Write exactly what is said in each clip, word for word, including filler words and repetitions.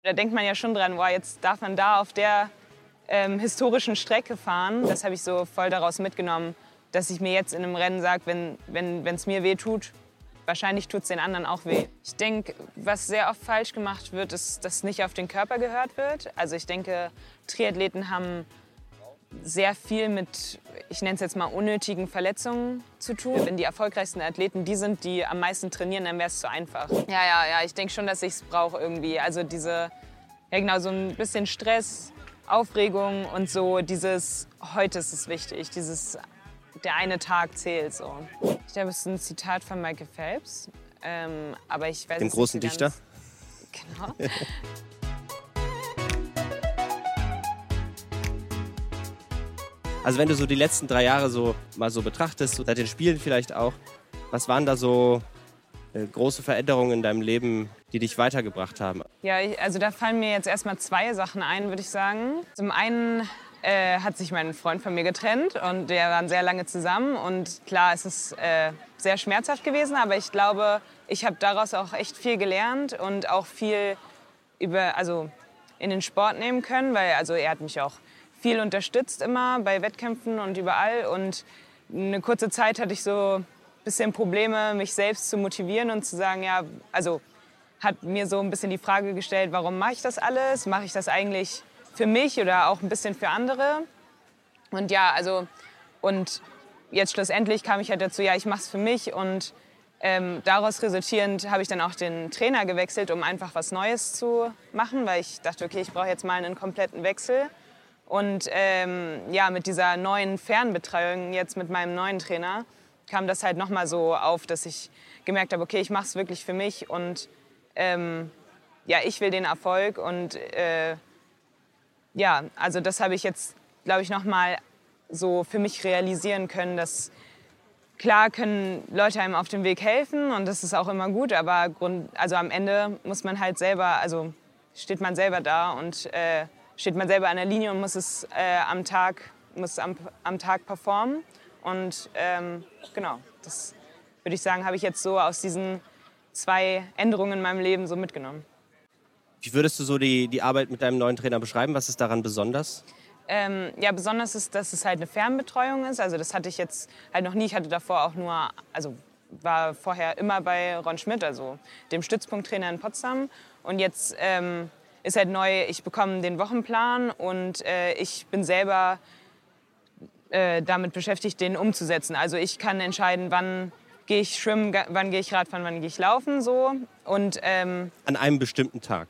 Da denkt man ja schon dran, wow, jetzt darf man da auf der ähm, historischen Strecke fahren. Das habe ich so voll daraus mitgenommen, dass ich mir jetzt in einem Rennen sage, wenn wenn wenn, es mir weh tut, wahrscheinlich tut es den anderen auch weh. Ich denke, was sehr oft falsch gemacht wird, ist, dass nicht auf den Körper gehört wird. Also ich denke, Triathleten haben sehr viel mit, ich nenne es jetzt mal, unnötigen Verletzungen zu tun. Wenn die erfolgreichsten Athleten die sind, die am meisten trainieren, dann wäre es zu einfach. Ja, ja, ja, ich denke schon, dass ich es brauche irgendwie. Also diese, ja genau, so ein bisschen Stress, Aufregung und so dieses, heute ist es wichtig, dieses, der eine Tag zählt so. Ich glaube, es ist ein Zitat von Michael Phelps, ähm, aber ich weiß Dem es großen nicht so ganz. Dichter? Genau. Also wenn du so die letzten drei Jahre so mal so betrachtest, so seit den Spielen vielleicht auch, was waren da so äh, große Veränderungen in deinem Leben, die dich weitergebracht haben? Ja, ich, also da fallen mir jetzt erstmal zwei Sachen ein, würde ich sagen. Zum einen äh, hat sich mein Freund von mir getrennt und wir waren sehr lange zusammen. Und klar, es ist äh, sehr schmerzhaft gewesen, aber ich glaube, ich habe daraus auch echt viel gelernt und auch viel über, also in den Sport nehmen können, weil also er hat mich auch viel unterstützt immer bei Wettkämpfen und überall. Und eine kurze Zeit hatte ich so ein bisschen Probleme, mich selbst zu motivieren und zu sagen, ja, also hat mir so ein bisschen die Frage gestellt, warum mache ich das alles? Mache ich das eigentlich für mich oder auch ein bisschen für andere? Und ja, also und jetzt schlussendlich kam ich halt dazu, ja, ich mache es für mich. Und ähm, daraus resultierend habe ich dann auch den Trainer gewechselt, um einfach was Neues zu machen, weil ich dachte, okay, ich brauche jetzt mal einen kompletten Wechsel. Und ähm, ja, mit dieser neuen Fernbetreuung jetzt mit meinem neuen Trainer kam das halt noch mal so auf, dass ich gemerkt habe, okay, ich mache es wirklich für mich und ähm, ja, ich will den Erfolg und äh, ja, also das habe ich jetzt, glaube ich, noch mal so für mich realisieren können, dass klar können Leute einem auf dem Weg helfen und das ist auch immer gut, aber Grund, also am Ende muss man halt selber, also steht man selber da und äh, steht man selber an der Linie und muss es äh, am Tag, muss am, am Tag performen. Und ähm, genau, das würde ich sagen, habe ich jetzt so aus diesen zwei Änderungen in meinem Leben so mitgenommen. Wie würdest du so die, die Arbeit mit deinem neuen Trainer beschreiben? Was ist daran besonders? Ähm, ja, besonders ist, dass es halt eine Fernbetreuung ist. Also das hatte ich jetzt halt noch nie. Ich hatte davor auch nur, also war vorher immer bei Ron Schmidt, also dem Stützpunkttrainer in Potsdam. Und jetzt ähm, ist halt neu, ich bekomme den Wochenplan und äh, ich bin selber äh, damit beschäftigt, den umzusetzen. Also ich kann entscheiden, wann gehe ich schwimmen, wann gehe ich Radfahren, wann gehe ich laufen. So. Und, ähm, An einem bestimmten Tag?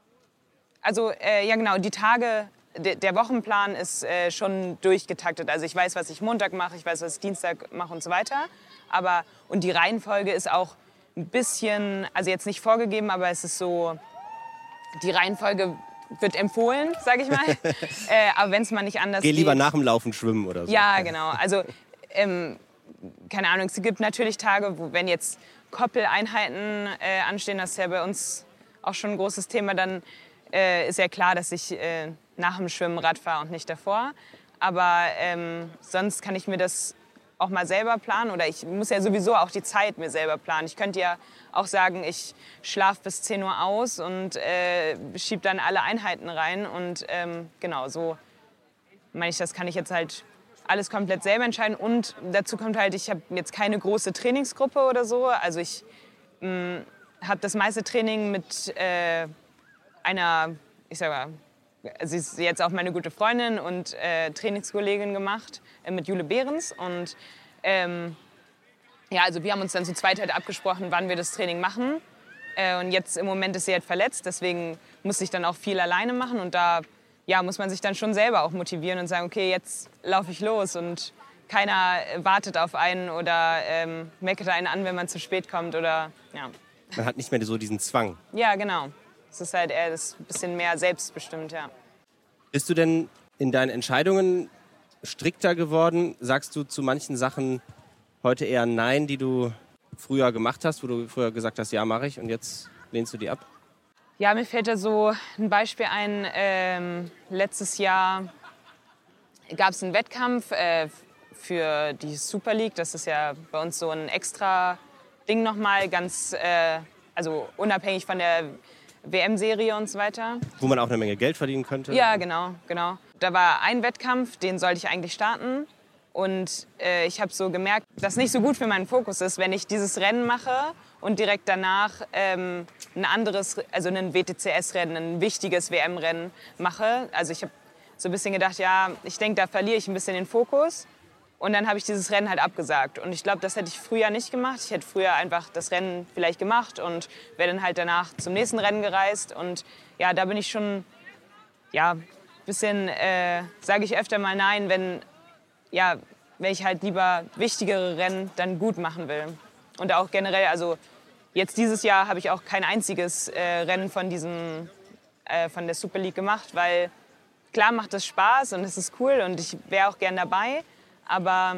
Also äh, ja genau, die Tage, de, der Wochenplan ist äh, schon durchgetaktet. Also ich weiß, was ich Montag mache, ich weiß, was ich Dienstag mache und so weiter. Aber, und die Reihenfolge ist auch ein bisschen, also jetzt nicht vorgegeben, aber es ist so, die Reihenfolge wird empfohlen, sage ich mal. äh, aber wenn es mal nicht anders Geh lieber geht, nach dem Laufen schwimmen oder so. ja, genau. Also, ähm, keine Ahnung, es gibt natürlich Tage, wo, wenn jetzt Koppeleinheiten äh, anstehen, das ist ja bei uns auch schon ein großes Thema, dann äh, ist ja klar, dass ich äh, nach dem Schwimmen Rad fahre und nicht davor. Aber ähm, sonst kann ich mir das auch mal selber planen oder ich muss ja sowieso auch die Zeit mir selber planen. Ich könnte ja auch sagen, ich schlafe bis zehn Uhr aus und äh, schiebe dann alle Einheiten rein. Und ähm, genau, so meine ich, das kann ich jetzt halt alles komplett selber entscheiden. Und dazu kommt halt, ich habe jetzt keine große Trainingsgruppe oder so. Also ich habe das meiste Training mit äh, einer, ich sag mal, sie ist jetzt auch meine gute Freundin und äh, Trainingskollegin gemacht, äh, mit Jule Behrens. Und ähm, ja, also wir haben uns dann zu zweit halt abgesprochen, wann wir das Training machen. Äh, und jetzt im Moment ist sie halt verletzt, deswegen muss ich dann auch viel alleine machen. Und da ja, muss man sich dann schon selber auch motivieren und sagen, okay, jetzt laufe ich los. Und keiner wartet auf einen oder ähm, meckert einen an, wenn man zu spät kommt. Oder, ja. Man hat nicht mehr so diesen Zwang. Ja, genau. Es ist halt eher das bisschen mehr selbstbestimmt, ja. Bist du denn in deinen Entscheidungen strikter geworden? Sagst du zu manchen Sachen heute eher Nein, die du früher gemacht hast, wo du früher gesagt hast, ja, mache ich, und jetzt lehnst du die ab? Ja, mir fällt da so ein Beispiel ein. Ähm, letztes Jahr gab es einen Wettkampf äh, für die Super League. Das ist ja bei uns so ein extra Ding nochmal, ganz, äh, also unabhängig von der W M-Serie und so weiter. Wo man auch eine Menge Geld verdienen könnte. Ja, genau, genau. Da war ein Wettkampf, den sollte ich eigentlich starten. Und äh, ich habe so gemerkt, dass nicht so gut für meinen Fokus ist, wenn ich dieses Rennen mache und direkt danach ähm, ein anderes, also ein W T C S-Rennen, ein wichtiges W M-Rennen mache. Also ich habe so ein bisschen gedacht, ja, ich denke, da verliere ich ein bisschen den Fokus. Und dann habe ich dieses Rennen halt abgesagt. Und ich glaube, das hätte ich früher nicht gemacht. Ich hätte früher einfach das Rennen vielleicht gemacht und wäre dann halt danach zum nächsten Rennen gereist. Und ja, da bin ich schon, ja, ein bisschen, äh, sage ich öfter mal nein, wenn, ja, wenn ich halt lieber wichtigere Rennen dann gut machen will. Und auch generell, also jetzt dieses Jahr habe ich auch kein einziges äh, Rennen von, diesem, äh, von der Super League gemacht, weil klar macht es Spaß und es ist cool und ich wäre auch gern dabei. Aber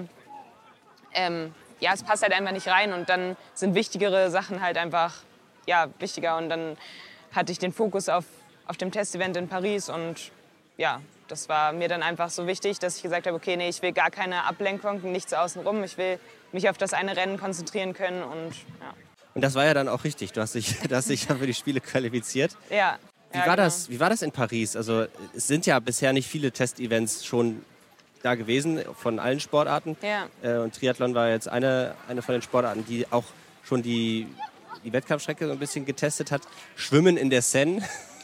ähm, ja, es passt halt einfach nicht rein und dann sind wichtigere Sachen halt einfach ja, wichtiger. Und dann hatte ich den Fokus auf, auf dem Testevent in Paris und ja, das war mir dann einfach so wichtig, dass ich gesagt habe, okay, nee, ich will gar keine Ablenkung, nichts außenrum. Ich will mich auf das eine Rennen konzentrieren können und ja. Und das war ja dann auch richtig. Du hast dich, du hast dich ja für die Spiele qualifiziert. Ja. Wie, ja, war genau. das, wie war das in Paris? Also es sind ja bisher nicht viele Testevents schon da gewesen, von allen Sportarten. Ja. Äh, und Triathlon war jetzt eine, eine von den Sportarten, die auch schon die, die Wettkampfstrecke so ein bisschen getestet hat. Schwimmen in der Seine.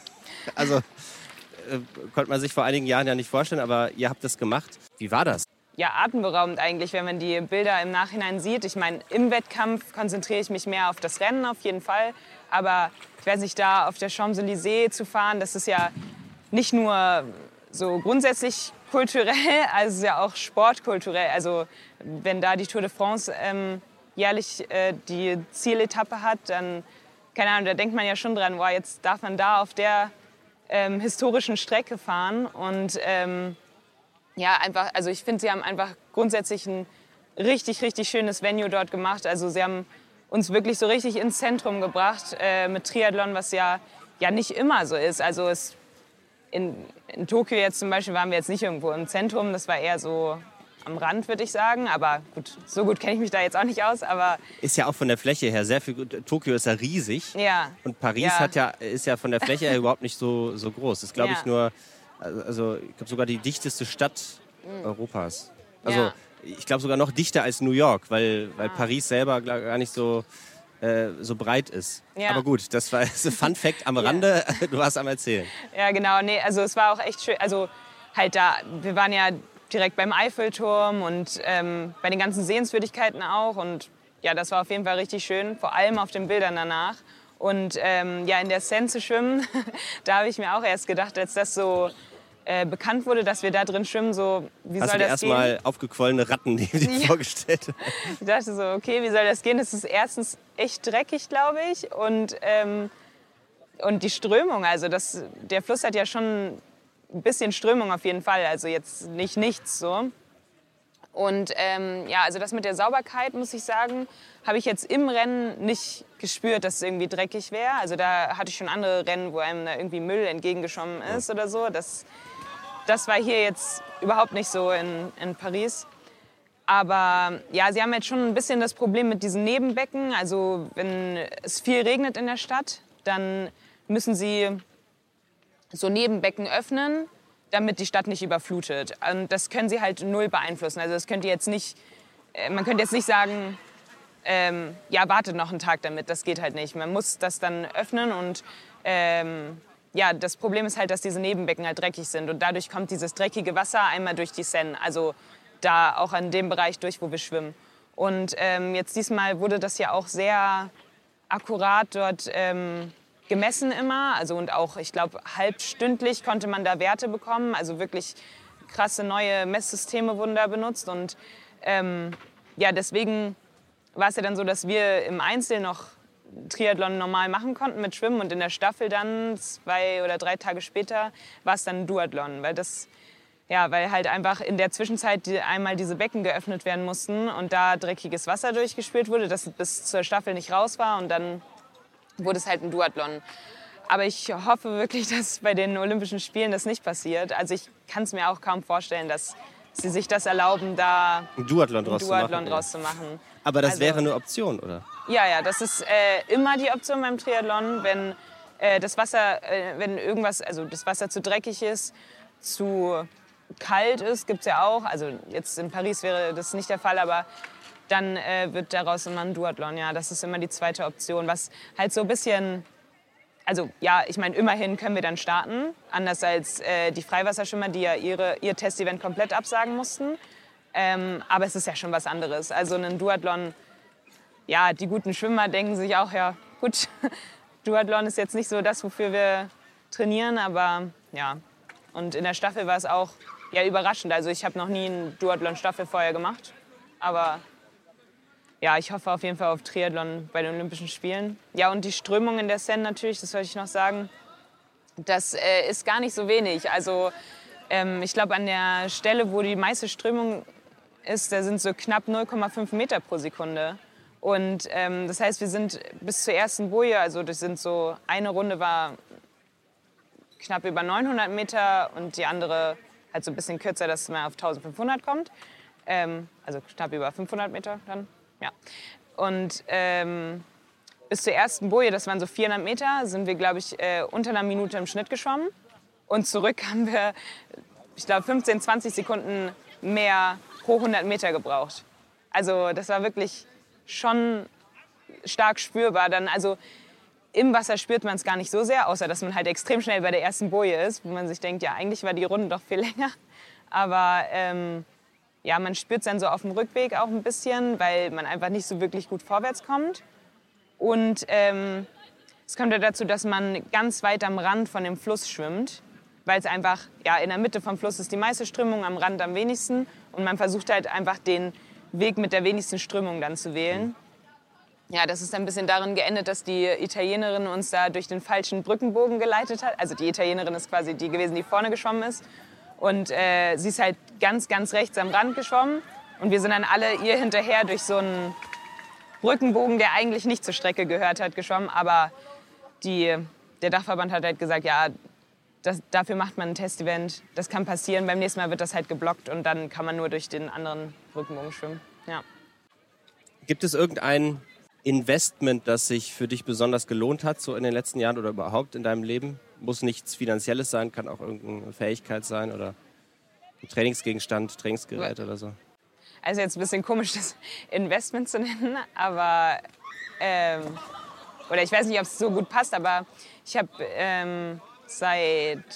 Also äh, konnte man sich vor einigen Jahren ja nicht vorstellen, aber ihr habt das gemacht. Wie war das? Ja, atemberaubend eigentlich, wenn man die Bilder im Nachhinein sieht. Ich meine, im Wettkampf konzentriere ich mich mehr auf das Rennen auf jeden Fall. Aber ich weiß nicht, da auf der Champs-Élysées zu fahren, das ist ja nicht nur so grundsätzlich kulturell, also es ist ja auch sportkulturell. Also wenn da die Tour de France ähm, jährlich äh, die Zieletappe hat, dann, keine Ahnung, da denkt man ja schon dran, wow, jetzt darf man da auf der ähm, historischen Strecke fahren. Und ähm, ja, einfach, also ich finde, sie haben einfach grundsätzlich ein richtig, richtig schönes Venue dort gemacht. Also sie haben uns wirklich so richtig ins Zentrum gebracht äh, mit Triathlon, was ja, ja nicht immer so ist. Also es In, in Tokio jetzt zum Beispiel waren wir jetzt nicht irgendwo im Zentrum, das war eher so am Rand, würde ich sagen. Aber gut, so gut kenne ich mich da jetzt auch nicht aus. Aber ist ja auch von der Fläche her sehr viel. Tokio ist ja riesig. Ja. Und Paris Ja. Hat ja, ist ja von der Fläche her überhaupt nicht so, so groß. Das ist, glaube Ja. ich, nur, also ich glaube sogar die dichteste Stadt mhm. Europas. Also Ja. ich glaube sogar noch dichter als New York, weil, weil ah. Paris selber gar nicht so, äh, so breit ist. Ja. Aber gut, das war so Fun Fact am Rande. Ja. Du warst am Erzählen. Ja, genau. Nee, also es war auch echt schön. Also halt da, wir waren ja direkt beim Eiffelturm und ähm, bei den ganzen Sehenswürdigkeiten auch. Und ja, das war auf jeden Fall richtig schön, vor allem auf den Bildern danach. Und ähm, ja, in der Seine zu schwimmen, da habe ich mir auch erst gedacht, als das so äh, bekannt wurde, dass wir da drin schwimmen, so, wie Hast soll du dir das gehen? erstmal aufgequollene Ratten die dir Ja. vorgestellt? Ich dachte so, okay, wie soll das gehen? Es ist erstens echt dreckig, glaube ich. Und, ähm, und die Strömung, also das, der Fluss hat ja schon ein bisschen Strömung auf jeden Fall, also jetzt nicht nichts so. Und ähm, ja, also das mit der Sauberkeit, muss ich sagen, habe ich jetzt im Rennen nicht gespürt, dass es irgendwie dreckig wäre. Also da hatte ich schon andere Rennen, wo einem da irgendwie Müll entgegengeschwommen ist oder so. Das, das war hier jetzt überhaupt nicht so in, in Paris. Aber ja, sie haben jetzt schon ein bisschen das Problem mit diesen Nebenbecken. Also wenn es viel regnet in der Stadt, dann müssen sie so Nebenbecken öffnen, damit die Stadt nicht überflutet. Und das können sie halt null beeinflussen. Also das könnt ihr jetzt nicht, man könnte jetzt nicht sagen, ähm, ja, wartet noch einen Tag damit. Das geht halt nicht. Man muss das dann öffnen und ähm, ja, das Problem ist halt, dass diese Nebenbecken halt dreckig sind. Und dadurch kommt dieses dreckige Wasser einmal durch die Seine. Also da auch an dem Bereich durch, wo wir schwimmen. Und ähm, jetzt diesmal wurde das ja auch sehr akkurat dort ähm, gemessen immer. Also und auch, ich glaube, halbstündlich konnte man da Werte bekommen. Also wirklich krasse neue Messsysteme wurden da benutzt. Und ähm, ja, deswegen war es ja dann so, dass wir im Einzel noch Triathlon normal machen konnten mit Schwimmen. Und in der Staffel dann, zwei oder drei Tage später, war es dann Duathlon. Weil das... Ja, weil halt einfach in der Zwischenzeit die einmal diese Becken geöffnet werden mussten und da dreckiges Wasser durchgespült wurde, das bis zur Staffel nicht raus war und dann wurde es halt ein Duathlon. Aber ich hoffe wirklich, dass bei den Olympischen Spielen das nicht passiert. Also ich kann es mir auch kaum vorstellen, dass sie sich das erlauben, da ein Duathlon draus, ein Duathlon zu, machen, draus zu machen. Aber das also, wäre eine Option, oder? Ja, ja, das ist äh, immer die Option beim Triathlon, wenn äh, das Wasser, äh, wenn irgendwas, also das Wasser zu dreckig ist, zu kalt ist, gibt es ja auch. Also jetzt in Paris wäre das nicht der Fall, aber dann äh, wird daraus immer ein Duathlon. Ja, das ist immer die zweite Option, was halt so ein bisschen, also ja, ich meine, immerhin können wir dann starten, anders als äh, die Freiwasserschwimmer, die ja ihre, ihr Testevent komplett absagen mussten. Ähm, aber es ist ja schon was anderes. Also ein Duathlon, ja, die guten Schwimmer denken sich auch, ja gut, Duathlon ist jetzt nicht so das, wofür wir trainieren, aber ja. Und in der Staffel war es auch ja, überraschend. Also ich habe noch nie eine Duathlon-Staffel vorher gemacht, aber ja, ich hoffe auf jeden Fall auf Triathlon bei den Olympischen Spielen. Ja, und die Strömung in der Seine natürlich, das wollte ich noch sagen, das äh, ist gar nicht so wenig. Also ähm, ich glaube, an der Stelle, wo die meiste Strömung ist, da sind so knapp null Komma fünf Meter pro Sekunde. Und ähm, das heißt, wir sind bis zur ersten Boje, also das sind so, eine Runde war knapp über neunhundert Meter und die andere halt so ein bisschen kürzer, dass man auf eintausendfünfhundert kommt. Ähm, also knapp über fünfhundert Meter dann. Ja. Und ähm, bis zur ersten Boje, das waren so vierhundert Meter, sind wir, glaube ich, äh, unter einer Minute im Schnitt geschwommen. Und zurück haben wir, ich glaube, fünfzehn, zwanzig Sekunden mehr pro hundert Meter gebraucht. Also das war wirklich schon stark spürbar. Dann, also im Wasser spürt man es gar nicht so sehr, außer dass man halt extrem schnell bei der ersten Boje ist, wo man sich denkt, ja, eigentlich war die Runde doch viel länger. Aber ähm, ja, man spürt es dann so auf dem Rückweg auch ein bisschen, weil man einfach nicht so wirklich gut vorwärts kommt. Und ähm, es kommt ja dazu, dass man ganz weit am Rand von dem Fluss schwimmt, weil es einfach, ja, in der Mitte vom Fluss ist die meiste Strömung, am Rand am wenigsten. Und man versucht halt einfach den Weg mit der wenigsten Strömung dann zu wählen. Ja, das ist ein bisschen darin geendet, dass die Italienerin uns da durch den falschen Brückenbogen geleitet hat. Also die Italienerin ist quasi die gewesen, die vorne geschwommen ist. Und äh, sie ist halt ganz, ganz rechts am Rand geschwommen. Und wir sind dann alle ihr hinterher durch so einen Brückenbogen, der eigentlich nicht zur Strecke gehört hat, geschwommen. Aber die, der Dachverband hat halt gesagt, ja, das, dafür macht man ein Testevent. Das kann passieren. Beim nächsten Mal wird das halt geblockt und dann kann man nur durch den anderen Brückenbogen schwimmen. Ja. Gibt es irgendein Investment, das sich für dich besonders gelohnt hat, so in den letzten Jahren oder überhaupt in deinem Leben? Muss nichts Finanzielles sein, kann auch irgendeine Fähigkeit sein oder ein Trainingsgegenstand, Trainingsgerät oder so. Also jetzt ein bisschen komisch, das Investment zu nennen, aber ähm, oder ich weiß nicht, ob es so gut passt, aber ich habe ähm, seit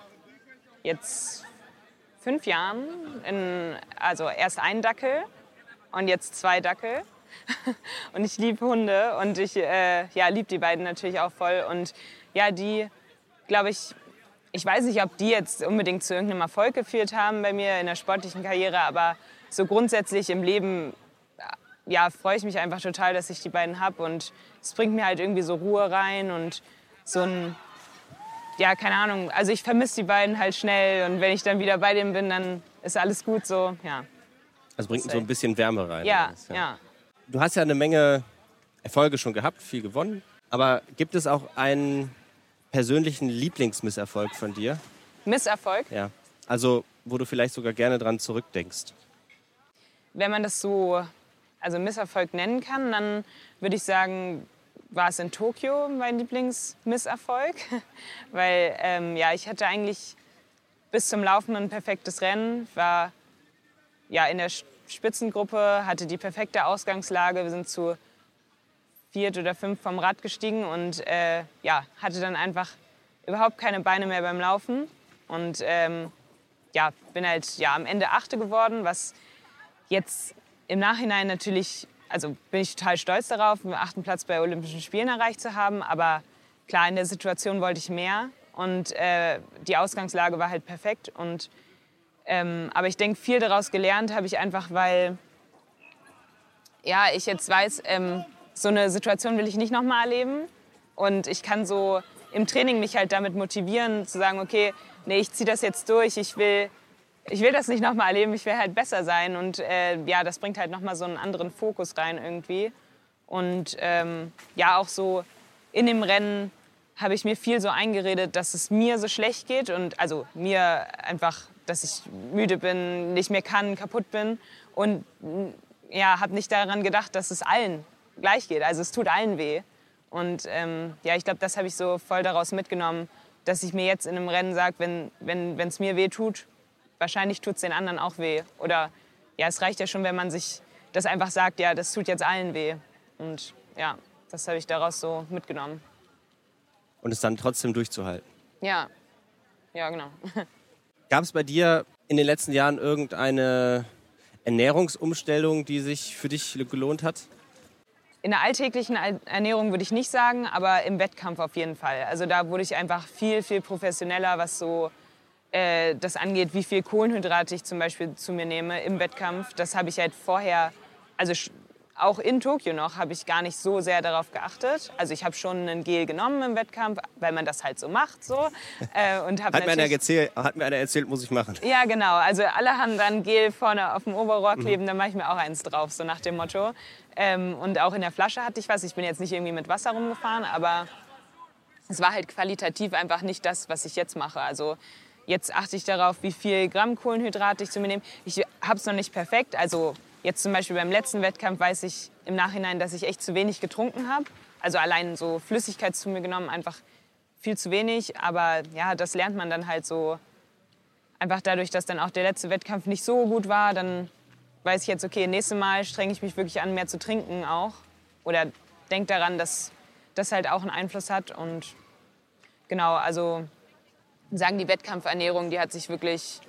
jetzt fünf Jahren, in, also erst einen Dackel und jetzt zwei Dackel. Und ich liebe Hunde und ich äh, ja, liebe die beiden natürlich auch voll. Und ja, die, glaube ich, ich weiß nicht, ob die jetzt unbedingt zu irgendeinem Erfolg geführt haben bei mir in der sportlichen Karriere, aber so grundsätzlich im Leben ja, freue ich mich einfach total, dass ich die beiden habe. Und es bringt mir halt irgendwie so Ruhe rein und so ein, ja, keine Ahnung, also ich vermisse die beiden halt schnell und wenn ich dann wieder bei denen bin, dann ist alles gut so, ja. Also bringt so ein bisschen Wärme rein. Ja, ja, ja. Du hast ja eine Menge Erfolge schon gehabt, viel gewonnen. Aber gibt es auch einen persönlichen Lieblingsmisserfolg von dir? Misserfolg? Ja. Also, wo du vielleicht sogar gerne dran zurückdenkst. Wenn man das so, also Misserfolg nennen kann, dann würde ich sagen, war es in Tokio mein Lieblingsmisserfolg. Weil, ähm, ja, ich hatte eigentlich bis zum Laufen ein perfektes Rennen, war ja in der Spitzengruppe, hatte die perfekte Ausgangslage. Wir sind zu viert oder fünf vom Rad gestiegen und äh, ja, hatte dann einfach überhaupt keine Beine mehr beim Laufen. Und ähm, ja, bin halt ja, am Ende Achte geworden, was jetzt im Nachhinein natürlich, also bin ich total stolz darauf, den achten Platz bei Olympischen Spielen erreicht zu haben. Aber klar, in der Situation wollte ich mehr und äh, die Ausgangslage war halt perfekt. Und Ähm, aber ich denke, viel daraus gelernt habe ich einfach, weil ja, ich jetzt weiß, ähm, so eine Situation will ich nicht nochmal erleben. Und ich kann so im Training mich halt damit motivieren, zu sagen, okay, nee, ich ziehe das jetzt durch, ich will, ich will das nicht nochmal erleben, ich will halt besser sein. Und äh, ja, das bringt halt nochmal so einen anderen Fokus rein irgendwie. Und ähm, ja, auch so in dem Rennen habe ich mir viel so eingeredet, dass es mir so schlecht geht und also mir einfach, dass ich müde bin, nicht mehr kann, kaputt bin und ja, habe nicht daran gedacht, dass es allen gleich geht. Also es tut allen weh Und ähm, ja, ich glaube, das habe ich so voll daraus mitgenommen, dass ich mir jetzt in einem Rennen sage, wenn wenn wenn, es mir weh tut, wahrscheinlich tut es den anderen auch weh. Oder ja, es reicht ja schon, wenn man sich das einfach sagt, ja, das tut jetzt allen weh. Und ja, das habe ich daraus so mitgenommen. Und es dann trotzdem durchzuhalten. Ja, ja, genau. Gab es bei dir in den letzten Jahren irgendeine Ernährungsumstellung, die sich für dich gelohnt hat? In der alltäglichen Ernährung würde ich nicht sagen, aber im Wettkampf auf jeden Fall. Also da wurde ich einfach viel, viel professioneller, was so äh, das angeht, wie viel Kohlenhydrate ich zum Beispiel zu mir nehme im Wettkampf. Das habe ich halt vorher, also auch in Tokio noch, habe ich gar nicht so sehr darauf geachtet. Also ich habe schon ein Gel genommen im Wettkampf, weil man das halt so macht. So. Äh, und hab hat, mir einer erzählt, hat mir einer erzählt, muss ich machen. Ja, genau. Also alle haben dann Gel vorne auf dem Oberrohr kleben, mhm. dann mache ich mir auch eins drauf, so nach dem Motto. Ähm, und auch in der Flasche hatte ich was. Ich bin jetzt nicht irgendwie mit Wasser rumgefahren, aber es war halt qualitativ einfach nicht das, was ich jetzt mache. Also jetzt achte ich darauf, wie viel Gramm Kohlenhydrate ich zu mir nehme. Ich habe es noch nicht perfekt. Also jetzt zum Beispiel beim letzten Wettkampf weiß ich im Nachhinein, dass ich echt zu wenig getrunken habe. Also allein so Flüssigkeit zu mir genommen, einfach viel zu wenig. Aber ja, das lernt man dann halt so. Einfach dadurch, dass dann auch der letzte Wettkampf nicht so gut war, dann weiß ich jetzt, okay, nächstes Mal strenge ich mich wirklich an, mehr zu trinken auch. Oder denke daran, dass das halt auch einen Einfluss hat. Und genau, also sagen, die Wettkampfernährung, die hat sich wirklich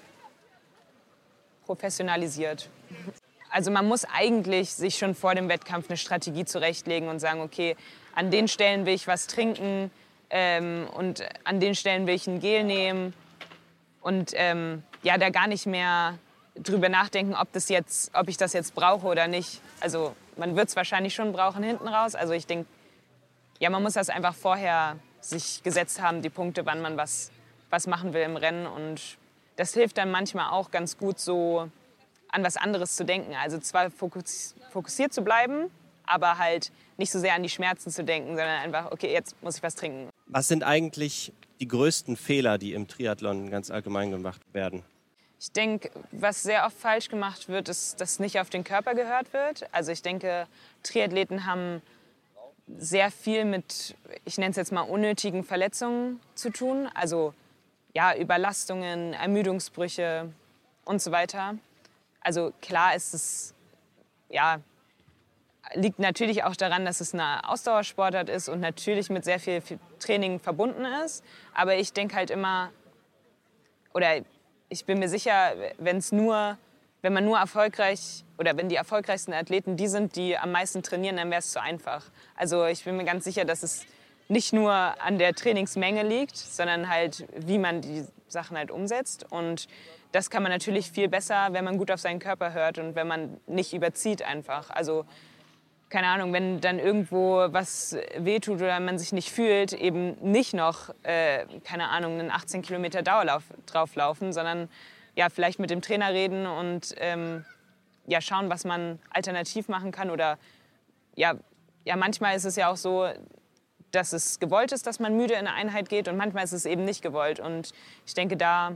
professionalisiert. Also man muss eigentlich sich schon vor dem Wettkampf eine Strategie zurechtlegen und sagen, okay, an den Stellen will ich was trinken ähm, und an den Stellen will ich ein Gel nehmen. Und ähm, ja, da gar nicht mehr drüber nachdenken, ob, das jetzt, ob ich das jetzt brauche oder nicht. Also man wird es wahrscheinlich schon brauchen hinten raus. Also ich denke, ja, man muss das einfach vorher sich gesetzt haben, die Punkte, wann man was, was machen will im Rennen. Und das hilft dann manchmal auch ganz gut, so an was anderes zu denken. Also zwar fokus, fokussiert zu bleiben, aber halt nicht so sehr an die Schmerzen zu denken, sondern einfach, okay, jetzt muss ich was trinken. Was sind eigentlich die größten Fehler, die im Triathlon ganz allgemein gemacht werden? Ich denke, was sehr oft falsch gemacht wird, ist, dass nicht auf den Körper gehört wird. Also ich denke, Triathleten haben sehr viel mit, ich nenne es jetzt mal, unnötigen Verletzungen zu tun. Also ja, Überlastungen, Ermüdungsbrüche und so weiter. Also klar ist es, ja, liegt natürlich auch daran, dass es eine Ausdauersportart ist und natürlich mit sehr viel Training verbunden ist. Aber ich denke halt immer, oder ich bin mir sicher, wenn es nur, wenn man nur erfolgreich oder wenn die erfolgreichsten Athleten die sind, die am meisten trainieren, dann wäre es zu einfach. Also ich bin mir ganz sicher, dass es nicht nur an der Trainingsmenge liegt, sondern halt, wie man die Sachen halt umsetzt. Und das kann man natürlich viel besser, wenn man gut auf seinen Körper hört und wenn man nicht überzieht einfach. Also keine Ahnung, wenn dann irgendwo was wehtut oder man sich nicht fühlt, eben nicht noch, äh, keine Ahnung, einen achtzehn Kilometer Dauerlauf drauflaufen, sondern ja, vielleicht mit dem Trainer reden und ähm, ja, schauen, was man alternativ machen kann. Oder ja, ja, manchmal ist es ja auch so, dass es gewollt ist, dass man müde in eine Einheit geht und manchmal ist es eben nicht gewollt. Und ich denke, da,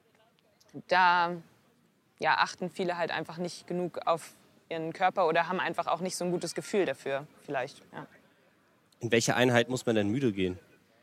da ja, achten viele halt einfach nicht genug auf ihren Körper oder haben einfach auch nicht so ein gutes Gefühl dafür, vielleicht. Ja. In welche Einheit muss man denn müde gehen?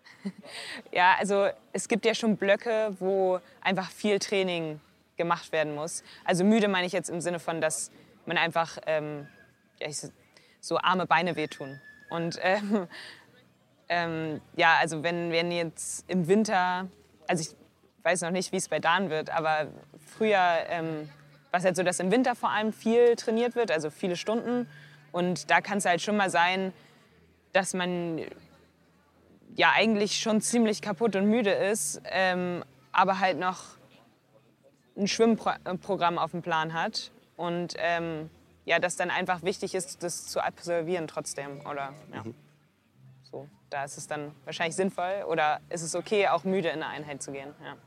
Ja, also es gibt ja schon Blöcke, wo einfach viel Training gemacht werden muss. Also müde meine ich jetzt im Sinne von, dass man einfach ähm, ja, ich, so arme Beine wehtun. Und ähm, ähm, ja, also wenn, wenn jetzt im Winter, also ich weiß noch nicht, wie es bei Dan wird, aber früher ähm, was halt so, dass im Winter vor allem viel trainiert wird, also viele Stunden. Und da kann es halt schon mal sein, dass man ja eigentlich schon ziemlich kaputt und müde ist, ähm, aber halt noch ein Schwimmprogramm auf dem Plan hat. Und ähm, ja, das dann einfach wichtig ist, das zu absolvieren trotzdem. Oder, ja. mhm. so, da ist es dann wahrscheinlich sinnvoll oder ist es okay, auch müde in eine Einheit zu gehen. Ja.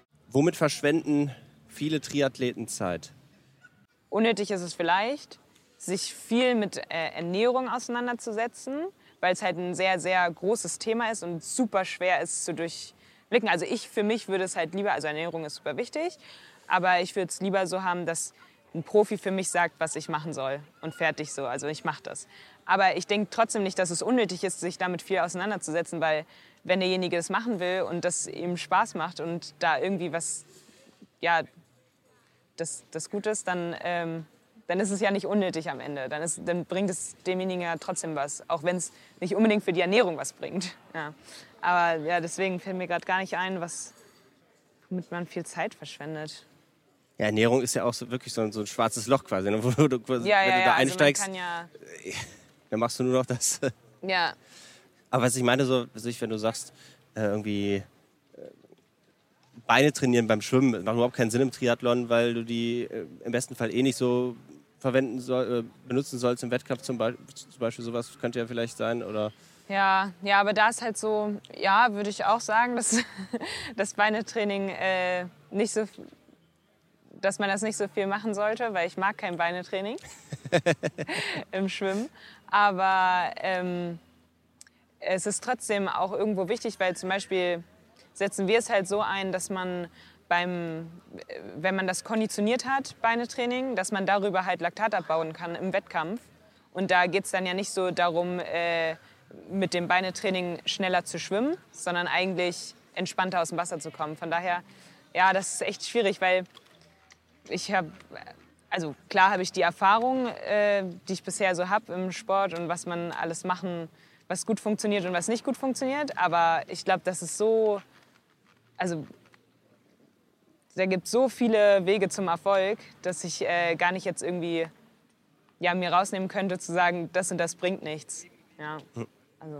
Womit verschwenden viele Triathleten Zeit? Unnötig ist es vielleicht. sich viel mit äh, Ernährung auseinanderzusetzen, weil es halt ein sehr, sehr großes Thema ist und super schwer ist zu durchblicken. Also ich für mich würde es halt lieber, also Ernährung ist super wichtig, aber ich würde es lieber so haben, dass ein Profi für mich sagt, was ich machen soll und fertig so. Also ich mache das. Aber ich denke trotzdem nicht, dass es unnötig ist, sich damit viel auseinanderzusetzen, weil wenn derjenige das machen will und das ihm Spaß macht und da irgendwie was, ja, das, das gut ist, dann, ähm, dann ist es ja nicht unnötig am Ende. Dann, ist, dann bringt es demjenigen ja trotzdem was, auch wenn es nicht unbedingt für die Ernährung was bringt. Ja. Aber ja, deswegen fällt mir gerade gar nicht ein, was, womit man viel Zeit verschwendet. Ja, Ernährung ist ja auch so, wirklich so ein, so ein schwarzes Loch quasi. Ne? Wo du, quasi Ja, wenn ja, du ja, da also einsteigst, man kann ja, dann machst du nur noch das. ja, Aber was ich meine, so, wenn du sagst, äh, irgendwie äh, Beine trainieren beim Schwimmen, das macht überhaupt keinen Sinn im Triathlon, weil du die äh, im besten Fall eh nicht so verwenden soll, äh, benutzen sollst im Wettkampf zum, Be zum Beispiel. Sowas könnte ja vielleicht sein. Oder ja, ja, aber da ist halt so, ja, würde ich auch sagen, dass das Beinetraining äh, nicht so, dass man das nicht so viel machen sollte, weil ich mag kein Beinetraining im Schwimmen. Aber ähm, es ist trotzdem auch irgendwo wichtig, weil zum Beispiel setzen wir es halt so ein, dass man beim, wenn man das konditioniert hat, Beinetraining, dass man darüber halt Laktat abbauen kann im Wettkampf. Und da geht es dann ja nicht so darum, äh, mit dem Beinetraining schneller zu schwimmen, sondern eigentlich entspannter aus dem Wasser zu kommen. Von daher, ja, das ist echt schwierig, weil ich habe, also klar habe ich die Erfahrung, äh, die ich bisher so habe im Sport und was man alles machen, was gut funktioniert und was nicht gut funktioniert. Aber ich glaube, das ist so, also da gibt es so viele Wege zum Erfolg, dass ich äh, gar nicht jetzt irgendwie ja, mir rausnehmen könnte, zu sagen, das und das bringt nichts. Ja, also.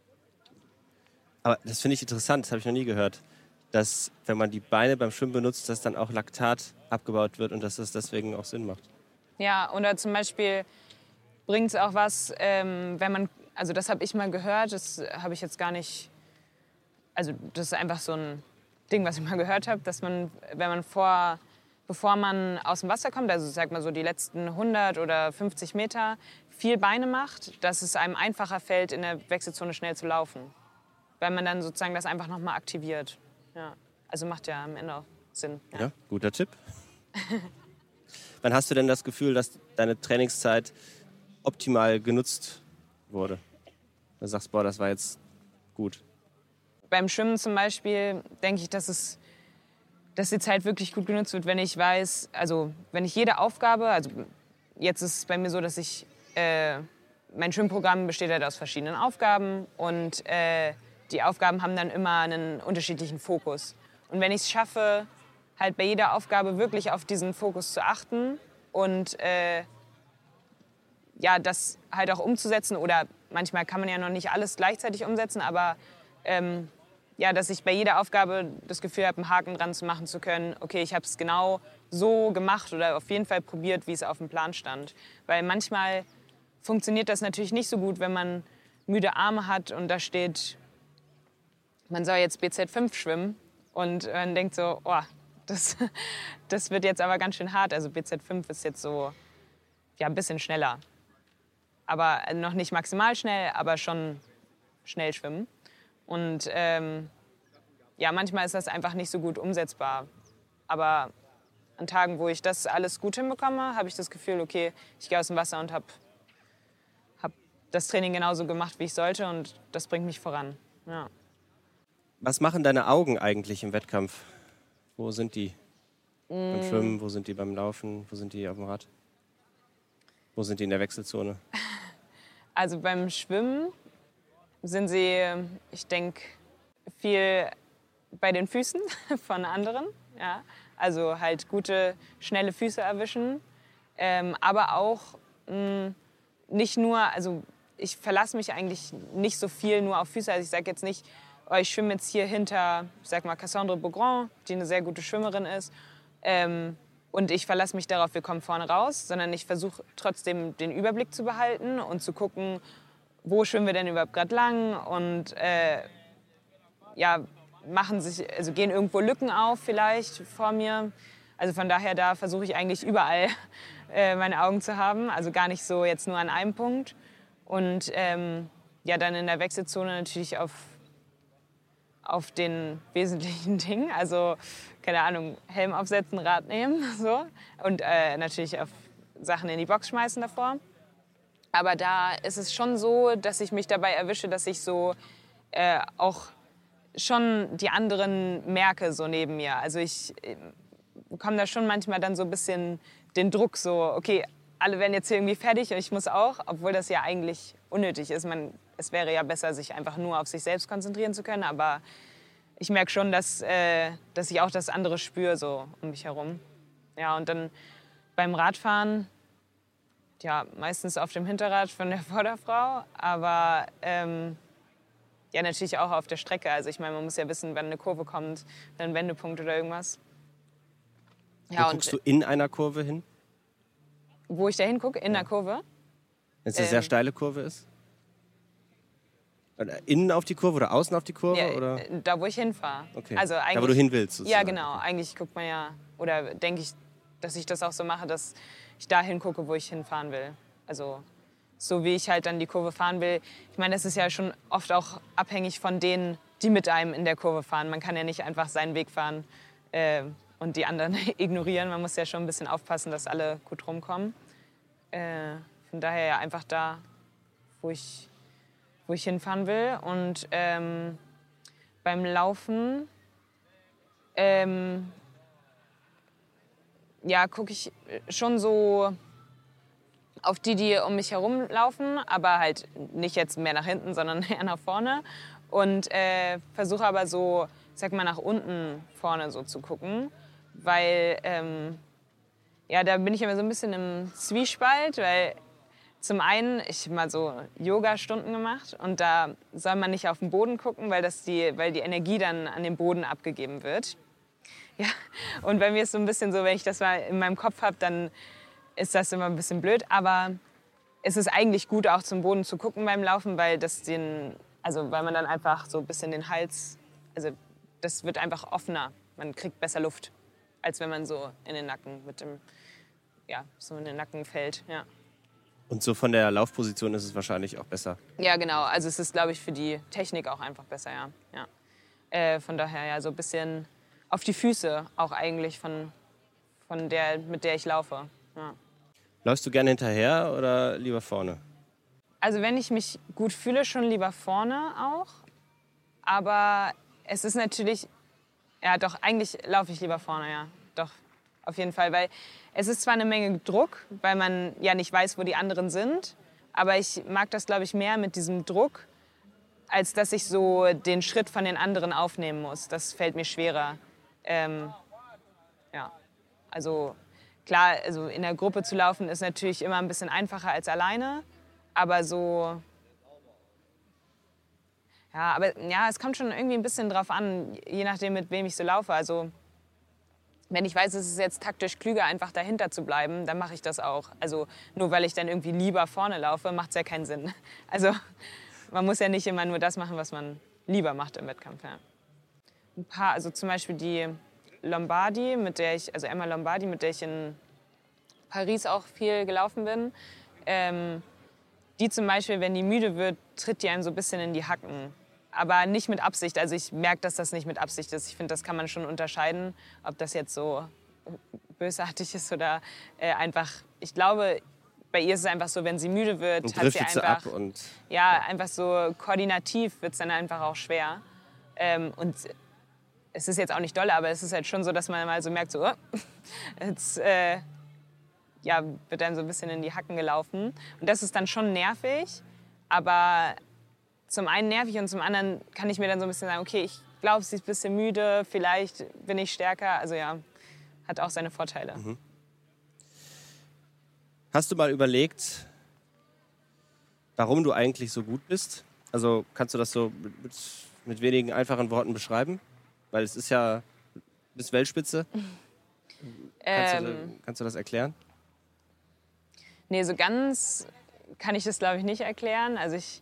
Aber das finde ich interessant, das habe ich noch nie gehört, dass wenn man die Beine beim Schwimmen benutzt, dass dann auch Laktat abgebaut wird und dass das deswegen auch Sinn macht. Ja, oder zum Beispiel bringt es auch was, ähm, wenn man, also das habe ich mal gehört, das habe ich jetzt gar nicht, also das ist einfach so ein Ding, was ich mal gehört habe, dass man, wenn man vor, bevor man aus dem Wasser kommt, also sag mal so die letzten hundert oder fünfzig Meter, viel Beine macht, dass es einem einfacher fällt, in der Wechselzone schnell zu laufen. Weil man dann sozusagen das einfach nochmal aktiviert. Ja. Also macht ja am Ende auch Sinn. Ja, ja, guter Tipp. Wann hast du denn das Gefühl, dass deine Trainingszeit optimal genutzt wurde? Du sagst, boah, das war jetzt gut. Beim Schwimmen zum Beispiel denke ich, dass, es, dass die Zeit wirklich gut genutzt wird, wenn ich weiß, also wenn ich jede Aufgabe, also jetzt ist es bei mir so, dass ich, äh, mein Schwimmprogramm besteht halt aus verschiedenen Aufgaben und äh, die Aufgaben haben dann immer einen unterschiedlichen Fokus. Und wenn ich es schaffe, halt bei jeder Aufgabe wirklich auf diesen Fokus zu achten und äh, ja, das halt auch umzusetzen, oder manchmal kann man ja noch nicht alles gleichzeitig umsetzen, aber ähm, ja, dass ich bei jeder Aufgabe das Gefühl habe, einen Haken dran zu machen zu können, okay, ich habe es genau so gemacht oder auf jeden Fall probiert, wie es auf dem Plan stand. Weil manchmal funktioniert das natürlich nicht so gut, wenn man müde Arme hat und da steht, man soll jetzt B Z fünf schwimmen und man denkt so, oh, das, das wird jetzt aber ganz schön hart. Also B Z fünf ist jetzt so, ja, ein bisschen schneller. Aber noch nicht maximal schnell, aber schon schnell schwimmen. Und ähm, ja, manchmal ist das einfach nicht so gut umsetzbar. Aber an Tagen, wo ich das alles gut hinbekomme, habe ich das Gefühl, okay, ich gehe aus dem Wasser und habe hab das Training genauso gemacht, wie ich sollte. Und das bringt mich voran. Ja. Was machen deine Augen eigentlich im Wettkampf? Wo sind die? Mm. Beim Schwimmen, wo sind die beim Laufen, wo sind die auf dem Rad? Wo sind die in der Wechselzone? Also beim Schwimmen sind sie, ich denke, viel bei den Füßen von anderen. Ja. Also halt gute, schnelle Füße erwischen. Ähm, aber auch mh, nicht nur, also ich verlasse mich eigentlich nicht so viel nur auf Füße. Also ich sage jetzt nicht, oh, ich schwimme jetzt hier hinter, ich sag mal, Cassandre Beaugrand, die eine sehr gute Schwimmerin ist. Ähm, und ich verlasse mich darauf, wir kommen vorne raus, sondern ich versuche trotzdem den Überblick zu behalten und zu gucken, wo schwimmen wir denn überhaupt gerade lang und äh, ja, machen sich, also gehen irgendwo Lücken auf vielleicht vor mir. Also von daher, da versuche ich eigentlich überall äh, meine Augen zu haben. Also gar nicht so jetzt nur an einem Punkt. Und ähm, ja, dann in der Wechselzone natürlich auf, auf den wesentlichen Dingen. Also, keine Ahnung, Helm aufsetzen, Rad nehmen, so. Und äh, natürlich auf Sachen in die Box schmeißen davor. Aber da ist es schon so, dass ich mich dabei erwische, dass ich so äh, auch schon die anderen merke so neben mir. Also ich äh, bekomme da schon manchmal dann so ein bisschen den Druck, so okay, alle werden jetzt hier irgendwie fertig und ich muss auch, obwohl das ja eigentlich unnötig ist. Man, es wäre ja besser, sich einfach nur auf sich selbst konzentrieren zu können, aber ich merke schon, dass, äh, dass ich auch das andere spüre so um mich herum. Ja, und dann beim Radfahren, ja, meistens auf dem Hinterrad von der Vorderfrau, aber ähm, ja, natürlich auch auf der Strecke. Also ich meine, man muss ja wissen, wann eine Kurve kommt, dann ein Wendepunkt oder irgendwas. Ja, Wo guckst du in einer Kurve hin? Wo ich da hingucke? In ja. der Kurve? Wenn es eine ähm, sehr steile Kurve ist? Innen auf die Kurve oder außen auf die Kurve? Ja, oder? Da, wo ich hinfahre. Okay. Also da, wo du hin willst. Sozusagen. Ja, genau. Eigentlich guckt man ja, oder denke ich, dass ich das auch so mache, dass ich da hingucke, wo ich hinfahren will. Also so wie ich halt dann die Kurve fahren will. Ich meine, das ist ja schon oft auch abhängig von denen, die mit einem in der Kurve fahren. Man kann ja nicht einfach seinen Weg fahren äh, und die anderen ignorieren. Man muss ja schon ein bisschen aufpassen, dass alle gut rumkommen. Äh, von daher ja einfach da, wo ich, wo ich hinfahren will. Und ähm, beim Laufen ähm, ja, gucke ich schon so auf die, die um mich herum laufen, aber halt nicht jetzt mehr nach hinten, sondern eher nach vorne. Und äh, versuche aber so, sag mal, nach unten vorne so zu gucken, weil ähm, ja, da bin ich immer so ein bisschen im Zwiespalt, weil zum einen, ich habe mal so Yoga-Stunden gemacht und da soll man nicht auf den Boden gucken, weil, das die, weil die Energie dann an den Boden abgegeben wird. Ja, und bei mir ist so ein bisschen so, wenn ich das mal in meinem Kopf habe, dann ist das immer ein bisschen blöd. Aber es ist eigentlich gut, auch zum Boden zu gucken beim Laufen, weil, das den, also weil man dann einfach so ein bisschen den Hals, also das wird einfach offener. Man kriegt besser Luft, als wenn man so in den Nacken mit dem, ja, so in den Nacken fällt, ja. Und so von der Laufposition ist es wahrscheinlich auch besser. Ja, genau. Also es ist, glaube ich, für die Technik auch einfach besser, ja. ja. Äh, von daher ja so ein bisschen auf die Füße auch eigentlich von, von der, mit der ich laufe. Ja. Läufst du gerne hinterher oder lieber vorne? Also wenn ich mich gut fühle, schon lieber vorne auch. Aber es ist natürlich, ja doch, eigentlich laufe ich lieber vorne, ja. Doch, auf jeden Fall. Weil es ist zwar eine Menge Druck, weil man ja nicht weiß, wo die anderen sind. Aber ich mag das, glaube ich, mehr mit diesem Druck, als dass ich so den Schritt von den anderen aufnehmen muss. Das fällt mir schwerer. Ähm, ja, also klar, also in der Gruppe zu laufen ist natürlich immer ein bisschen einfacher als alleine, aber so, ja, aber ja, es kommt schon irgendwie ein bisschen drauf an, je nachdem, mit wem ich so laufe. Also wenn ich weiß, es ist jetzt taktisch klüger, einfach dahinter zu bleiben, dann mache ich das auch. Also nur weil ich dann irgendwie lieber vorne laufe, macht es ja keinen Sinn. Also man muss ja nicht immer nur das machen, was man lieber macht im Wettkampf. Ja. Ein paar, also zum Beispiel die Lombardi, mit der ich, also Emma Lombardi, mit der ich in Paris auch viel gelaufen bin. Ähm, die zum Beispiel, wenn die müde wird, tritt die einem so ein bisschen in die Hacken. Aber nicht mit Absicht. Also ich merke, dass das nicht mit Absicht ist. Ich finde, das kann man schon unterscheiden, ob das jetzt so bösartig ist oder äh, einfach, ich glaube, bei ihr ist es einfach so, wenn sie müde wird, und hat sie sie einfach, ab und ja, einfach so koordinativ wird es dann einfach auch schwer. Ähm, und es ist jetzt auch nicht doll, aber es ist halt schon so, dass man mal so merkt, so, oh, jetzt äh, ja, wird einem so ein bisschen in die Hacken gelaufen. Und das ist dann schon nervig, aber zum einen nervig und zum anderen kann ich mir dann so ein bisschen sagen, okay, ich glaube, sie ist ein bisschen müde, vielleicht bin ich stärker. Also ja, hat auch seine Vorteile. Mhm. Hast du mal überlegt, warum du eigentlich so gut bist? Also kannst du das so mit, mit wenigen einfachen Worten beschreiben? Weil es ist ja, du bist Weltspitze. Kannst, ähm, du, kannst du das erklären? Nee, so ganz kann ich das, glaube ich, nicht erklären. Also ich,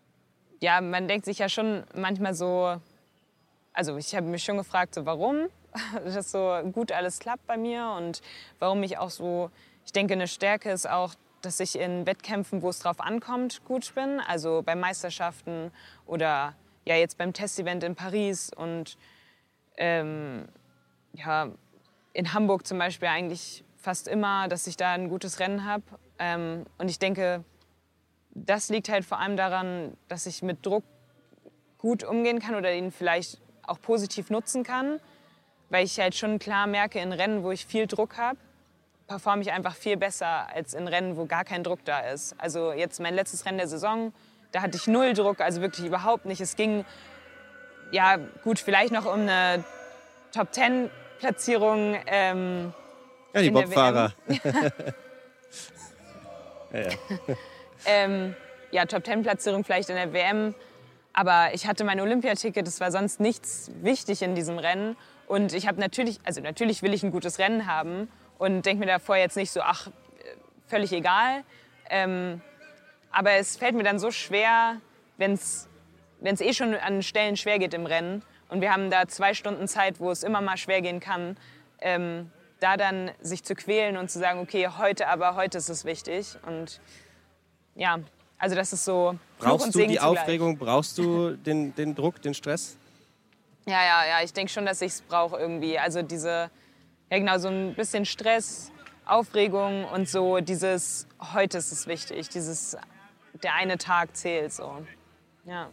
ja, man denkt sich ja schon manchmal so, also ich habe mich schon gefragt, so warum? das so gut alles klappt bei mir und warum ich auch so, ich denke, eine Stärke ist auch, dass ich in Wettkämpfen, wo es drauf ankommt, gut bin. Also bei Meisterschaften oder ja, jetzt beim Testevent in Paris und ähm, ja, in Hamburg zum Beispiel eigentlich fast immer, dass ich da ein gutes Rennen habe. Ähm, und ich denke, das liegt halt vor allem daran, dass ich mit Druck gut umgehen kann oder ihn vielleicht auch positiv nutzen kann. Weil ich halt schon klar merke, in Rennen, wo ich viel Druck habe, performe ich einfach viel besser als in Rennen, wo gar kein Druck da ist. Also jetzt mein letztes Rennen der Saison, da hatte ich null Druck, also wirklich überhaupt nicht. Es ging, ja gut, vielleicht noch um eine Top-Ten-Platzierung ähm, Ja, die in der Bobfahrer. W M. ja, ja. ähm, ja, Top-Ten-Platzierung vielleicht in der W M. Aber ich hatte mein Olympiaticket, es war sonst nichts wichtig in diesem Rennen. Und ich habe natürlich, also natürlich will ich ein gutes Rennen haben und denke mir davor jetzt nicht so, ach, völlig egal. Ähm, aber es fällt mir dann so schwer, wenn es eh schon an Stellen schwer geht im Rennen. Und wir haben da zwei Stunden Zeit, wo es immer mal schwer gehen kann. Ähm, da dann sich zu quälen und zu sagen, okay, heute aber, heute ist es wichtig. Und ja, also das ist so Fluch Brauchst und du Segen die zugleich. Aufregung, brauchst du den, den Druck, den Stress? Ja, ja, ja, ich denke schon, dass ich es brauche irgendwie. Also diese, ja genau, so ein bisschen Stress, Aufregung und so dieses, heute ist es wichtig, dieses, der eine Tag zählt so, ja.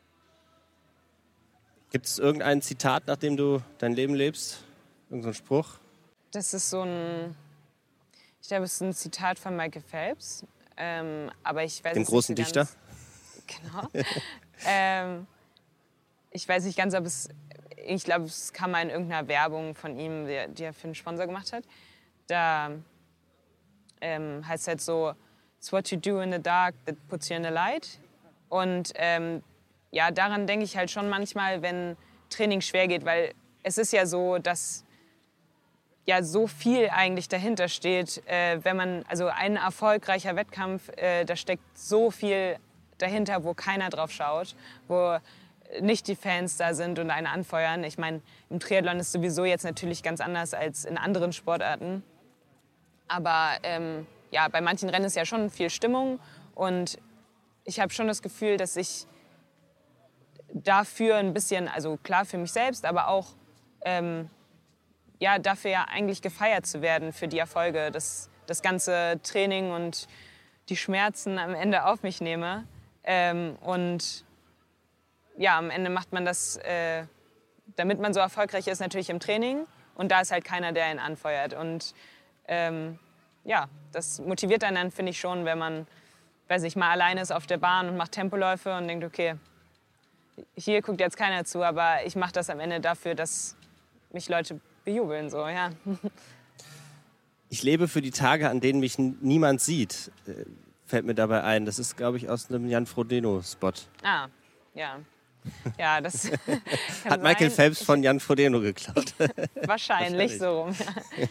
Gibt es irgendein Zitat, nach dem du dein Leben lebst? Irgend so ein Spruch? Das ist so ein, ich glaube, es ist ein Zitat von Michael Phelps, ähm, aber ich weiß Dem es großen nicht so Dichter? Ganz, genau. ähm, ich weiß nicht ganz, ob es, ich glaube, es kam mal in irgendeiner Werbung von ihm, die, die er für einen Sponsor gemacht hat. Da ähm, heißt es halt so, it's what you do in the dark that puts you in the light. Und ähm, ja, daran denke ich halt schon manchmal, wenn Training schwer geht, weil es ist ja so, dass ja so viel eigentlich dahinter steht, äh, wenn man, also ein erfolgreicher Wettkampf, äh, da steckt so viel dahinter, wo keiner drauf schaut, wo nicht die Fans da sind und einen anfeuern. Ich meine, im Triathlon ist sowieso jetzt natürlich ganz anders als in anderen Sportarten. Aber ähm, ja, bei manchen Rennen ist ja schon viel Stimmung und ich habe schon das Gefühl, dass ich dafür ein bisschen, also klar für mich selbst, aber auch ähm, ja, dafür ja eigentlich gefeiert zu werden für die Erfolge, dass das ganze Training und die Schmerzen am Ende auf mich nehme. Ähm, und ja, am Ende macht man das, äh, damit man so erfolgreich ist, natürlich im Training. Und da ist halt keiner, der ihn anfeuert. Und ähm, ja, das motiviert einen dann, finde ich schon, wenn man, weiß nicht, mal alleine ist auf der Bahn und macht Tempoläufe und denkt, okay, hier guckt jetzt keiner zu, aber ich mache das am Ende dafür, dass mich Leute bejubeln, so, ja. Ich lebe für die Tage, an denen mich n- niemand sieht, äh, fällt mir dabei ein. Das ist, glaube ich, aus einem Jan Frodeno-Spot. Ah, ja. Ja, das kann Hat Michael sein. Phelps von Jan Frodeno geklaut. Wahrscheinlich, so rum. Ja.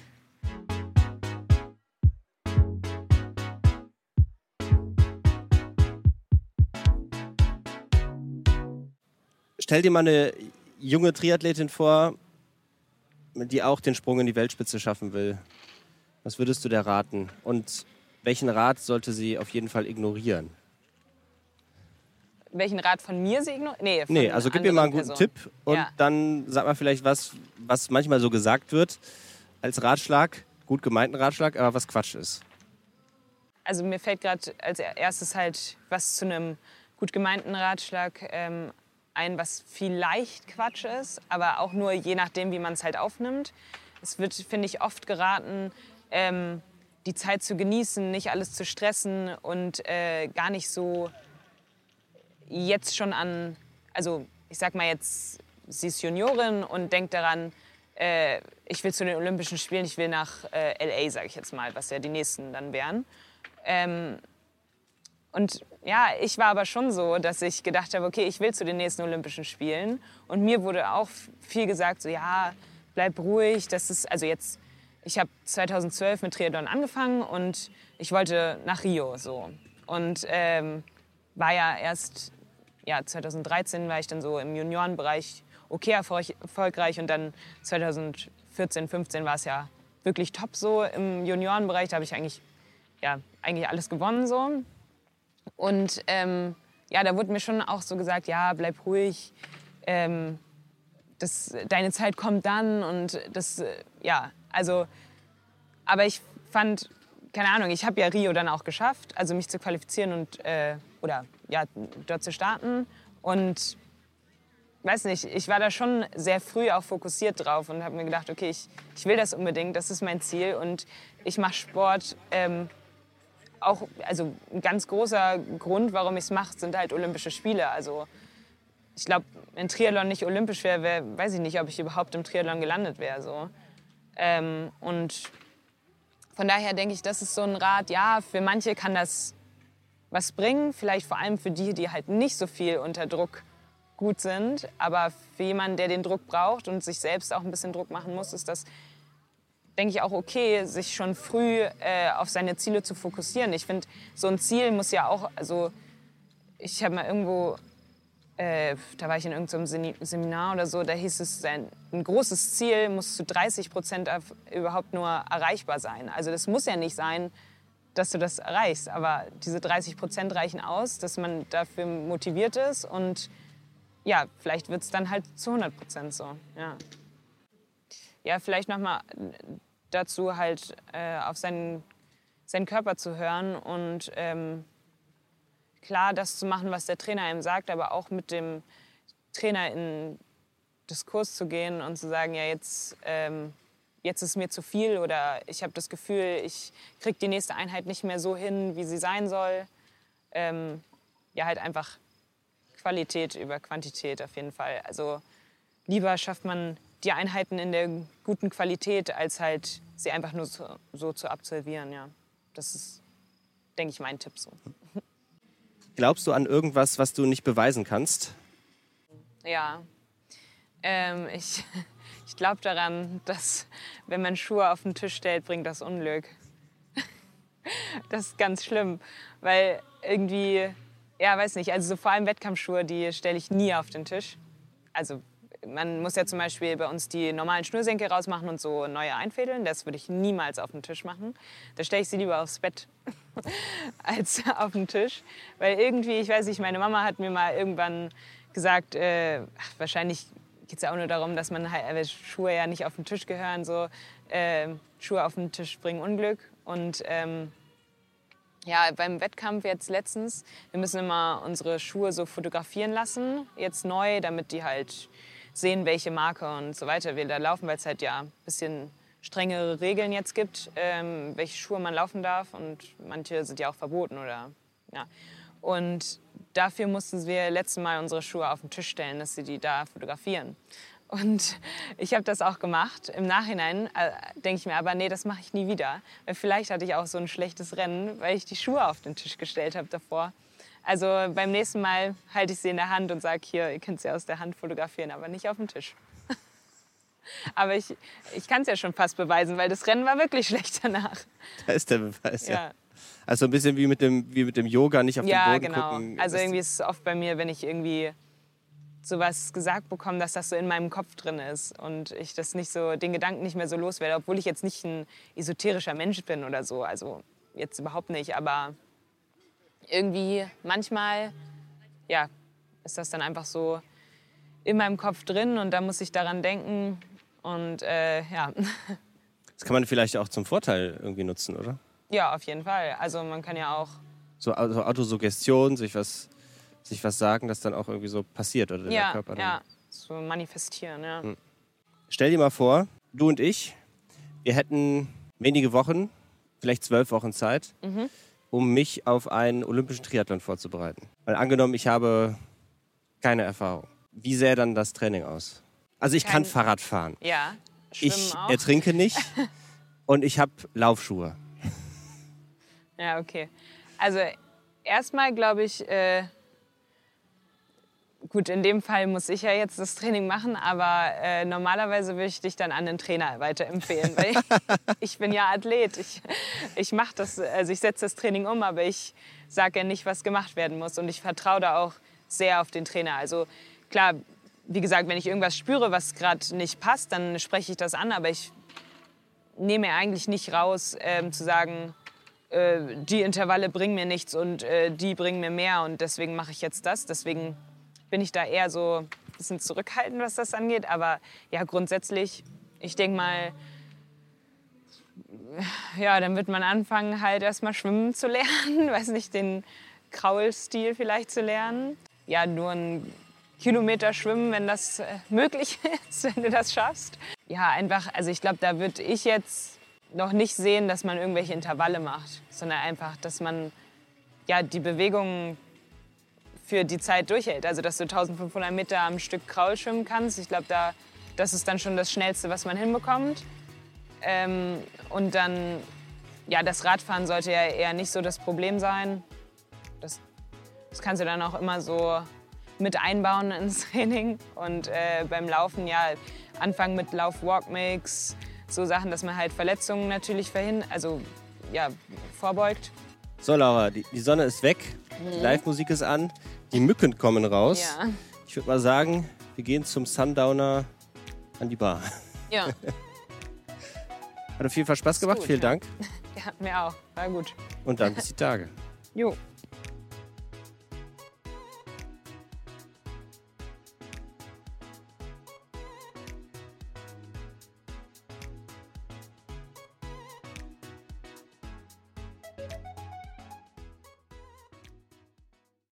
Stell dir mal eine junge Triathletin vor, die auch den Sprung in die Weltspitze schaffen will. Was würdest du der raten? Und welchen Rat sollte sie auf jeden Fall ignorieren? Welchen Rat von mir sie ignoriert? Nee, von Nee, also gib mir mal einen guten Personen. Tipp und Ja. dann sag mal vielleicht was, was manchmal so gesagt wird als Ratschlag, gut gemeinten Ratschlag, aber was Quatsch ist. Also mir fällt gerade als erstes halt was zu einem gut gemeinten Ratschlag ähm, ein, was vielleicht Quatsch ist, aber auch nur je nachdem, wie man es halt aufnimmt. Es wird, finde ich, oft geraten, ähm, die Zeit zu genießen, nicht alles zu stressen und äh, gar nicht so jetzt schon an, also ich sag mal jetzt, sie ist Juniorin und denkt daran, äh, ich will zu den Olympischen Spielen, ich will nach äh, L A, sage ich jetzt mal, was ja die nächsten dann wären. Ähm, und ja, ich war aber schon so, dass ich gedacht habe, okay, ich will zu den nächsten Olympischen Spielen. Und mir wurde auch viel gesagt, so ja, bleib ruhig. Das ist, also jetzt, ich habe zweitausendzwölf mit Triathlon angefangen und ich wollte nach Rio so. Und ähm, war ja erst, ja, zweitausenddreizehn war ich dann so im Juniorenbereich okay erfolgreich. Und dann zweitausendvierzehn, fünfzehn war es ja wirklich top so im Juniorenbereich. Da habe ich eigentlich, ja, eigentlich alles gewonnen so. Und ähm, ja, da wurde mir schon auch so gesagt, ja, bleib ruhig, ähm, das, deine Zeit kommt dann. Und das, äh, ja, also, aber ich fand, keine Ahnung, ich habe ja Rio dann auch geschafft, also mich zu qualifizieren und, äh, oder ja, dort zu starten. Und weiß nicht, ich war da schon sehr früh auch fokussiert drauf und habe mir gedacht, okay, ich, ich will das unbedingt, das ist mein Ziel und ich mache Sport. Ähm, auch, also ein ganz großer Grund, warum ich es mache, sind halt Olympische Spiele. Also ich glaube, wenn Triathlon nicht olympisch wäre, wär, weiß ich nicht, ob ich überhaupt im Triathlon gelandet wäre. So. Ähm, und von daher denke ich, das ist so ein Rat, ja, für manche kann das was bringen, vielleicht vor allem für die, die halt nicht so viel unter Druck gut sind. Aber für jemanden, der den Druck braucht und sich selbst auch ein bisschen Druck machen muss, ist das, denke ich, auch okay, sich schon früh äh, auf seine Ziele zu fokussieren. Ich finde, so ein Ziel muss ja auch, also ich habe mal irgendwo, äh, da war ich in irgendeinem Seminar oder so, da hieß es, ein, ein großes Ziel muss zu dreißig Prozent überhaupt nur erreichbar sein. Also das muss ja nicht sein, dass du das erreichst, aber diese dreißig Prozent reichen aus, dass man dafür motiviert ist und ja, vielleicht wird es dann halt zu hundert Prozent so, ja. Ja, vielleicht nochmal dazu halt äh, auf seinen, seinen Körper zu hören und ähm, klar das zu machen, was der Trainer einem sagt, aber auch mit dem Trainer in Diskurs zu gehen und zu sagen, ja, jetzt, ähm, jetzt ist mir zu viel oder ich habe das Gefühl, ich kriege die nächste Einheit nicht mehr so hin, wie sie sein soll. Ähm, ja, halt einfach Qualität über Quantität auf jeden Fall. Also lieber schafft man die Einheiten in der guten Qualität, als halt sie einfach nur so, so zu absolvieren. Ja. Das ist, denke ich, mein Tipp so. Glaubst du an irgendwas, was du nicht beweisen kannst? Ja, ähm, ich, ich glaube daran, dass wenn man Schuhe auf den Tisch stellt, bringt das Unglück. Das ist ganz schlimm, weil irgendwie, ja, weiß nicht, also so vor allem Wettkampfschuhe, die stelle ich nie auf den Tisch. Also man muss ja zum Beispiel bei uns die normalen Schnürsenkel rausmachen und so neue einfädeln. Das würde ich niemals auf den Tisch machen. Da stelle ich sie lieber aufs Bett als auf den Tisch. Weil irgendwie, ich weiß nicht, meine Mama hat mir mal irgendwann gesagt, äh, ach, wahrscheinlich geht es ja auch nur darum, dass man halt, weil Schuhe ja nicht auf den Tisch gehören, so äh, Schuhe auf den Tisch bringen Unglück. Und ähm, ja, beim Wettkampf jetzt letztens, wir müssen immer unsere Schuhe so fotografieren lassen, jetzt neu, damit die halt sehen, welche Marke und so weiter wir da laufen, weil es halt ja ein bisschen strengere Regeln jetzt gibt, ähm, welche Schuhe man laufen darf und manche sind ja auch verboten oder ja. Und dafür mussten wir letztes Mal unsere Schuhe auf den Tisch stellen, dass sie die da fotografieren. Und ich habe das auch gemacht. Im Nachhinein äh, denke ich mir aber, nee, das mache ich nie wieder. Weil vielleicht hatte ich auch so ein schlechtes Rennen, weil ich die Schuhe auf den Tisch gestellt habe davor. Also beim nächsten Mal halte ich sie in der Hand und sage, hier, ihr könnt sie aus der Hand fotografieren, aber nicht auf dem Tisch. Aber ich, ich kann es ja schon fast beweisen, weil das Rennen war wirklich schlecht danach. Da ist der Beweis, ja. Ja. Also ein bisschen wie mit dem, wie mit dem Yoga, nicht auf Ja, den Boden genau. gucken. Also irgendwie ist es oft bei mir, wenn ich irgendwie sowas gesagt bekomme, dass das so in meinem Kopf drin ist und ich das nicht so, den Gedanken nicht mehr so loswerde, obwohl ich jetzt nicht ein esoterischer Mensch bin oder so, also jetzt überhaupt nicht, aber irgendwie manchmal, ja, ist das dann einfach so in meinem Kopf drin und da muss ich daran denken und äh, ja. Das kann man vielleicht auch zum Vorteil irgendwie nutzen, oder? Ja, auf jeden Fall. Also man kann ja auch... So also Autosuggestion, sich was, sich was sagen, das dann auch irgendwie so passiert, oder ja, der Körper dann... Ja, so manifestieren, ja. Hm. Stell dir mal vor, du und ich, wir hätten wenige Wochen, vielleicht zwölf Wochen Zeit, mhm. um mich auf einen olympischen Triathlon vorzubereiten. Weil angenommen, ich habe keine Erfahrung. Wie sähe dann das Training aus? Also ich Kein, kann Fahrrad fahren. Ja, schwimmen ich auch. ertrinke nicht und ich habe Laufschuhe. Ja, okay. Also erstmal glaube ich, äh, gut, in dem Fall muss ich ja jetzt das Training machen, aber äh, normalerweise würde ich dich dann an den Trainer weiterempfehlen, weil ich, ich bin ja Athlet. Ich, ich mache das, also ich setze das Training um, aber ich sage ja nicht, was gemacht werden muss und ich vertraue da auch sehr auf den Trainer. Also klar, wie gesagt, wenn ich irgendwas spüre, was gerade nicht passt, dann spreche ich das an. Aber ich nehme mir eigentlich nicht raus, ähm, zu sagen, äh, die Intervalle bringen mir nichts und äh, die bringen mir mehr und deswegen mache ich jetzt das. Deswegen bin ich da eher so ein bisschen zurückhaltend, was das angeht. Aber ja, grundsätzlich, ich denke mal, ja, dann wird man anfangen, halt erstmal schwimmen zu lernen. Weiß nicht, den Kraulstil vielleicht zu lernen. Ja, nur ein Kilometer schwimmen, wenn das äh, möglich ist, wenn du das schaffst. Ja, einfach, also ich glaube, da würde ich jetzt noch nicht sehen, dass man irgendwelche Intervalle macht, sondern einfach, dass man ja, die Bewegungen für die Zeit durchhält. Also, dass du eintausendfünfhundert Meter am Stück Kraul schwimmen kannst. Ich glaube, da, das ist dann schon das Schnellste, was man hinbekommt. Ähm, und dann, ja, das Radfahren sollte ja eher nicht so das Problem sein. Das, das kannst du dann auch immer so mit einbauen ins Training. Und äh, beim Laufen, ja, anfangen mit Lauf-Walk-Mix, so Sachen, dass man halt Verletzungen natürlich verhindert, also ja, vorbeugt. So, Laura, die, die Sonne ist weg, mhm. die Live-Musik ist an, die Mücken kommen raus. Ja. Ich würde mal sagen, wir gehen zum Sundowner an die Bar. Ja. Hat auf jeden Fall Spaß gemacht, gut, vielen ja. Dank. Ja, mir auch, war gut. Und dann bis die Tage. Jo.